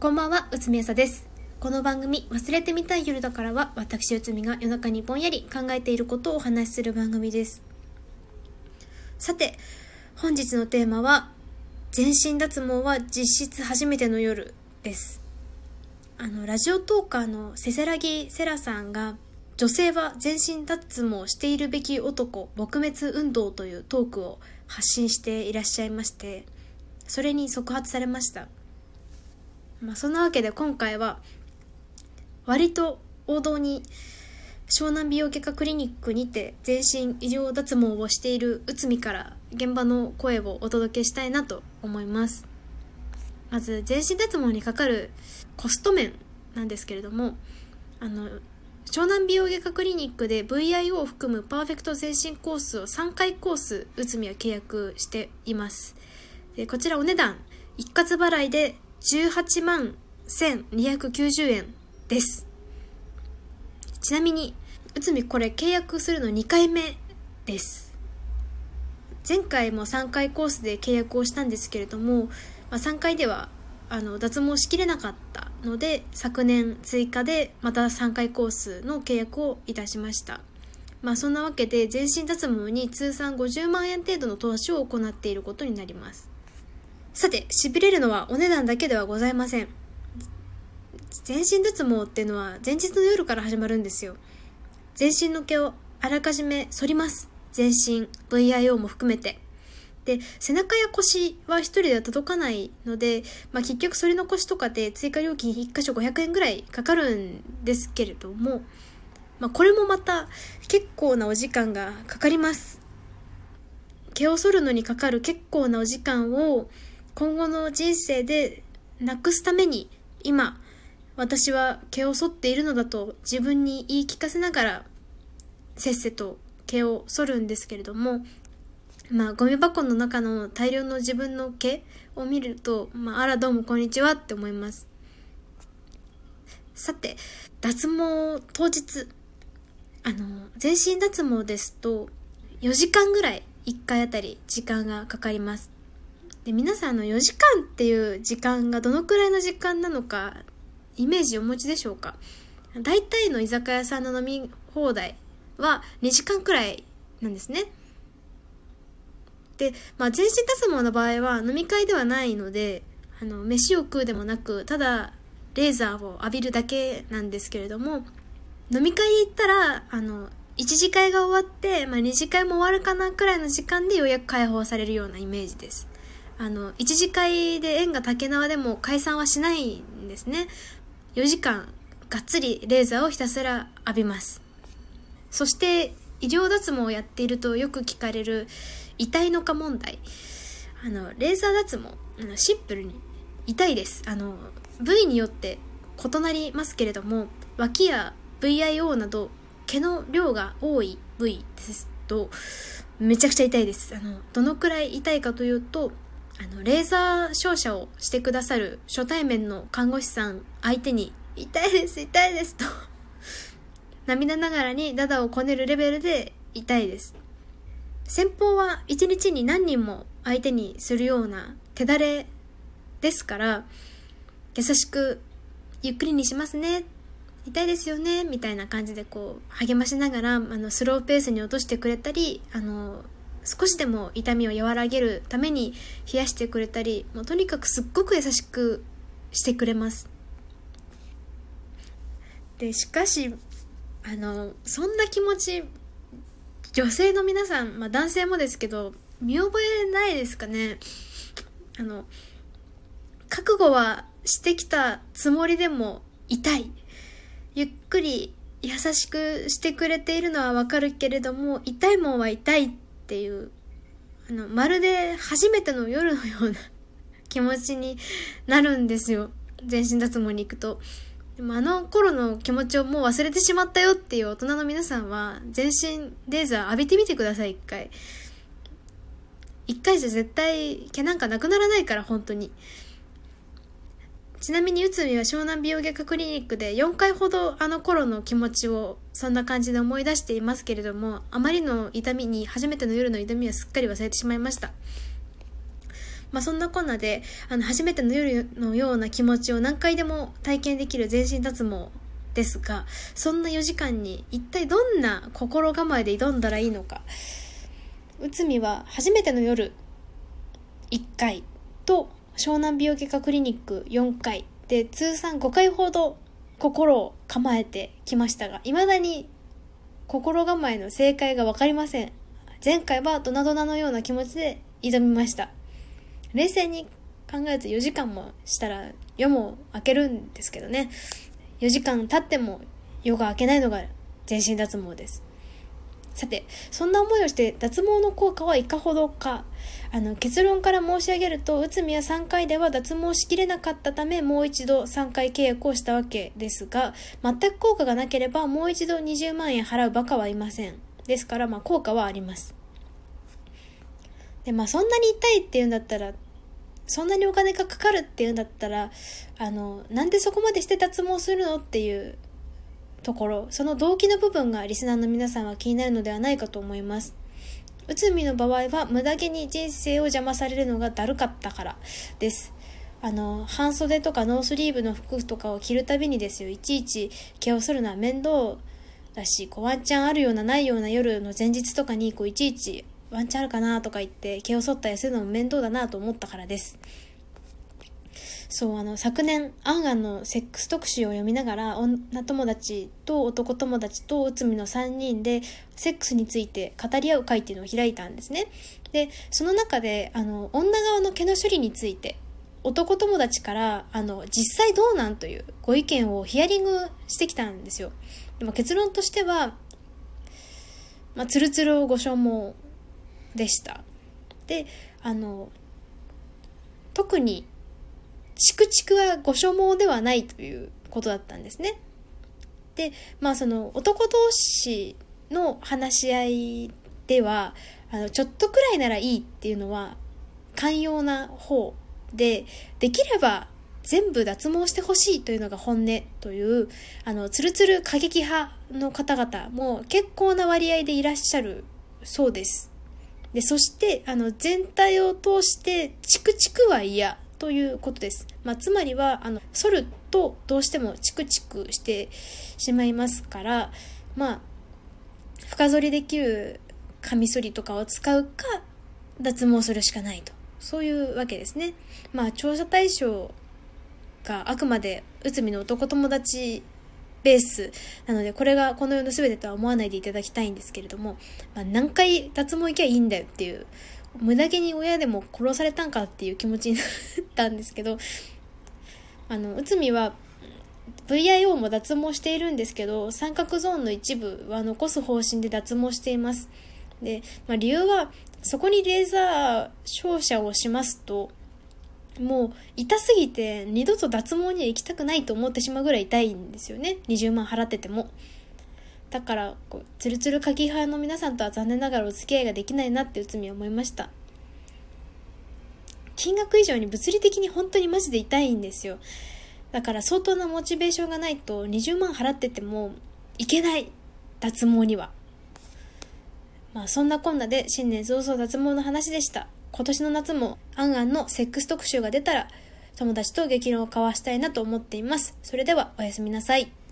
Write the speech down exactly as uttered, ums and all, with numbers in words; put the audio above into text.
こんばんは、うつみあさです。この番組忘れてみたい夜だからは、私うつみが夜中にぼんやり考えていることをお話しする番組です。さて、本日のテーマは全身脱毛は実質初めての夜です。あのラジオトーカーのせせらぎセラさんが、女性は全身脱毛しているべき男撲滅運動というトークを発信していらっしゃいまして、それに触発されました。まあ、そんなわけで今回は割と王道に湘南美容外科クリニックにて全身医療脱毛をしているうつみから現場の声をお届けしたいなと思います。まず全身脱毛にかかるコスト面なんですけれども、あの湘南美容外科クリニックで ブイアイオー を含むパーフェクト全身コースをさんかいコースうつみは契約しています。でこちらお値段一括払いでじゅうはちまんせんにひゃくきゅうじゅうえんです。ちなみにうつみこれ契約するのにかいめです。前回もさんかいコースで契約をしたんですけれども、まあ、さんかいではあの脱毛しきれなかったので、昨年追加でまたさんかいコースの契約をいたしました。まあそんなわけで全身脱毛に通算ごじゅうまんえん程度の投資を行っていることになります。さて、痺れるのはお値段だけではございません。全身脱毛っていうのは前日の夜から始まるんですよ。全身の毛をあらかじめ剃ります。全身 ブイアイオー も含めて。で、背中や腰は一人では届かないので、まあ、結局剃り残しとかで追加料金いっかしょごひゃくえんぐらいかかるんですけれども、まあ、これもまた結構なお時間がかかります。毛を剃るのにかかる結構なお時間を今後の人生でなくすために、今私は毛を剃っているのだと自分に言い聞かせながらせっせと毛を剃るんですけれども、まあゴミ箱の中の大量の自分の毛を見ると、まあ、あらどうもこんにちはって思います。さて、脱毛当日、あの全身脱毛ですとよじかんぐらいいっかいあたり時間がかかります。で皆さんのよじかんっていう時間がどのくらいの時間なのかイメージお持ちでしょうか。大体の居酒屋さんの飲み放題はにじかんくらいなんですね。で、まあ、全身脱毛の場合は飲み会ではないので、あの飯を食うでもなく、ただレーザーを浴びるだけなんですけれども、飲み会に行ったらあのいち次会が終わって、まあ、に次会も終わるかなくらいの時間でようやく解放されるようなイメージです。あのいち次会で縁が竹縄でも解散はしないんですね。よじかんがっつりレーザーをひたすら浴びます。そして医療脱毛をやっているとよく聞かれる痛いのか問題。あのレーザー脱毛、あのシンプルに痛いです。あの部位によって異なりますけれども、脇や ブイアイオー など毛の量が多い部位ですとめちゃくちゃ痛いです。あのどのくらい痛いかというと、あのレーザー照射をしてくださる初対面の看護師さん相手に痛いです痛いですと涙ながらにダダをこねるレベルで痛いです。先方はいちにちに何人も相手にするような手だれですから、優しくゆっくりにしますね、痛いですよねみたいな感じでこう励ましながら、あのスローペースに落としてくれたり、あの少しでも痛みを和らげるために冷やしてくれたり、もうとにかくすっごく優しくしてくれます。でしかしあのそんな気持ち女性の皆さん、まあ、男性もですけど見覚えないですかね。あの覚悟はしてきたつもりでも痛い、ゆっくり優しくしてくれているのはわかるけれども痛いもんは痛いっていう、あのまるで初めての夜のような気持ちになるんですよ、全身脱毛に行くと。でもあの頃の気持ちをもう忘れてしまったよっていう大人の皆さんは全身レーザー浴びてみてください。一回一回じゃ絶対毛なんかなくならないから、本当に。ちなみにうつみは湘南美容外科クリニックでよんかいほどあの頃の気持ちをそんな感じで思い出していますけれども、あまりの痛みに初めての夜の痛みはすっかり忘れてしまいました。 まあそんなこんなであの初めての夜のような気持ちを何回でも体験できる全身脱毛ですが、そんなよじかんに一体どんな心構えで挑んだらいいのか。内海は初めての夜いっかいと湘南美容外科クリニックよんかいで通算ごかいほど心を構えてきましたが、未だに心構えの正解が分かりません。前回はドナドナのような気持ちで挑みました。冷静に考えるとよじかんもしたら夜も明けるんですけどね。よじかん経っても夜が明けないのが全身脱毛です。さて、そんな思いをして脱毛の効果はいかほどか。あの結論から申し上げると、内海はさんかいでは脱毛しきれなかったため、もう一度さんかい契約をしたわけですが、全く効果がなければもう一度にじゅうまんえん払うバカはいません。ですから、まあ効果はあります。で、まあそんなに痛いっていうんだったら、そんなにお金がかかるっていうんだったら、あのなんでそこまでして脱毛するのっていうところ、その動機の部分がリスナーの皆さんは気になるのではないかと思います。内海の場合は無駄毛に人生を邪魔されるのがだるかったからです。あの半袖とかノースリーブの服とかを着るたびにですよ、いちいち毛を剃るのは面倒だし、こうワンチャンあるようなないような夜の前日とかにこういちいちワンチャンあるかなとか言って毛を剃ったりするのも面倒だなと思ったからです。そうあの昨年アンアンのセックス特集を読みながら、女友達と男友達と内海のさんにんでセックスについて語り合う会っていうのを開いたんですね。でその中であの女側の毛の処理について男友達からあの実際どうなんというご意見をヒアリングしてきたんですよ。でも結論としては、まあ、ツルツルをご所望でした。であの特にチクチクはご所望ではないということだったんですね。で、まあその男同士の話し合いでは、あのちょっとくらいならいいっていうのは寛容な方で、できれば全部脱毛してほしいというのが本音という、あのツルツル過激派の方々も結構な割合でいらっしゃるそうです。で、そしてあの全体を通してチクチクは嫌ということです。まあ、つまりはあの剃るとどうしてもチクチクしてしまいますから、まあ深剃りできるカミソリとかを使うか脱毛するしかないと、そういうわけですね。まあ調査対象があくまで内海の男友達ベースなので、これがこの世の全てとは思わないでいただきたいんですけれども、まあ、何回脱毛行きゃいいんだよっていう、無駄毛に親でも殺されたんかっていう気持ちになったんですけど、あの内海は ブイアイオー も脱毛しているんですけど、三角ゾーンの一部は残す方針で脱毛しています。で、まあ、理由はそこにレーザー照射をしますと、もう痛すぎて二度と脱毛には行きたくないと思ってしまうぐらい痛いんですよね、にじゅうまん払ってても。だからこうツルツル過激派の皆さんとは残念ながらお付き合いができないなって内海は思いました。金額以上に物理的に本当にマジで痛いんですよ。だから相当なモチベーションがないとにじゅうまん払っててもいけない、脱毛には。まあそんなこんなで新年早々脱毛の話でした。今年の夏もアンアンのセックス特集が出たら友達と激論を交わしたいなと思っています。それではおやすみなさい。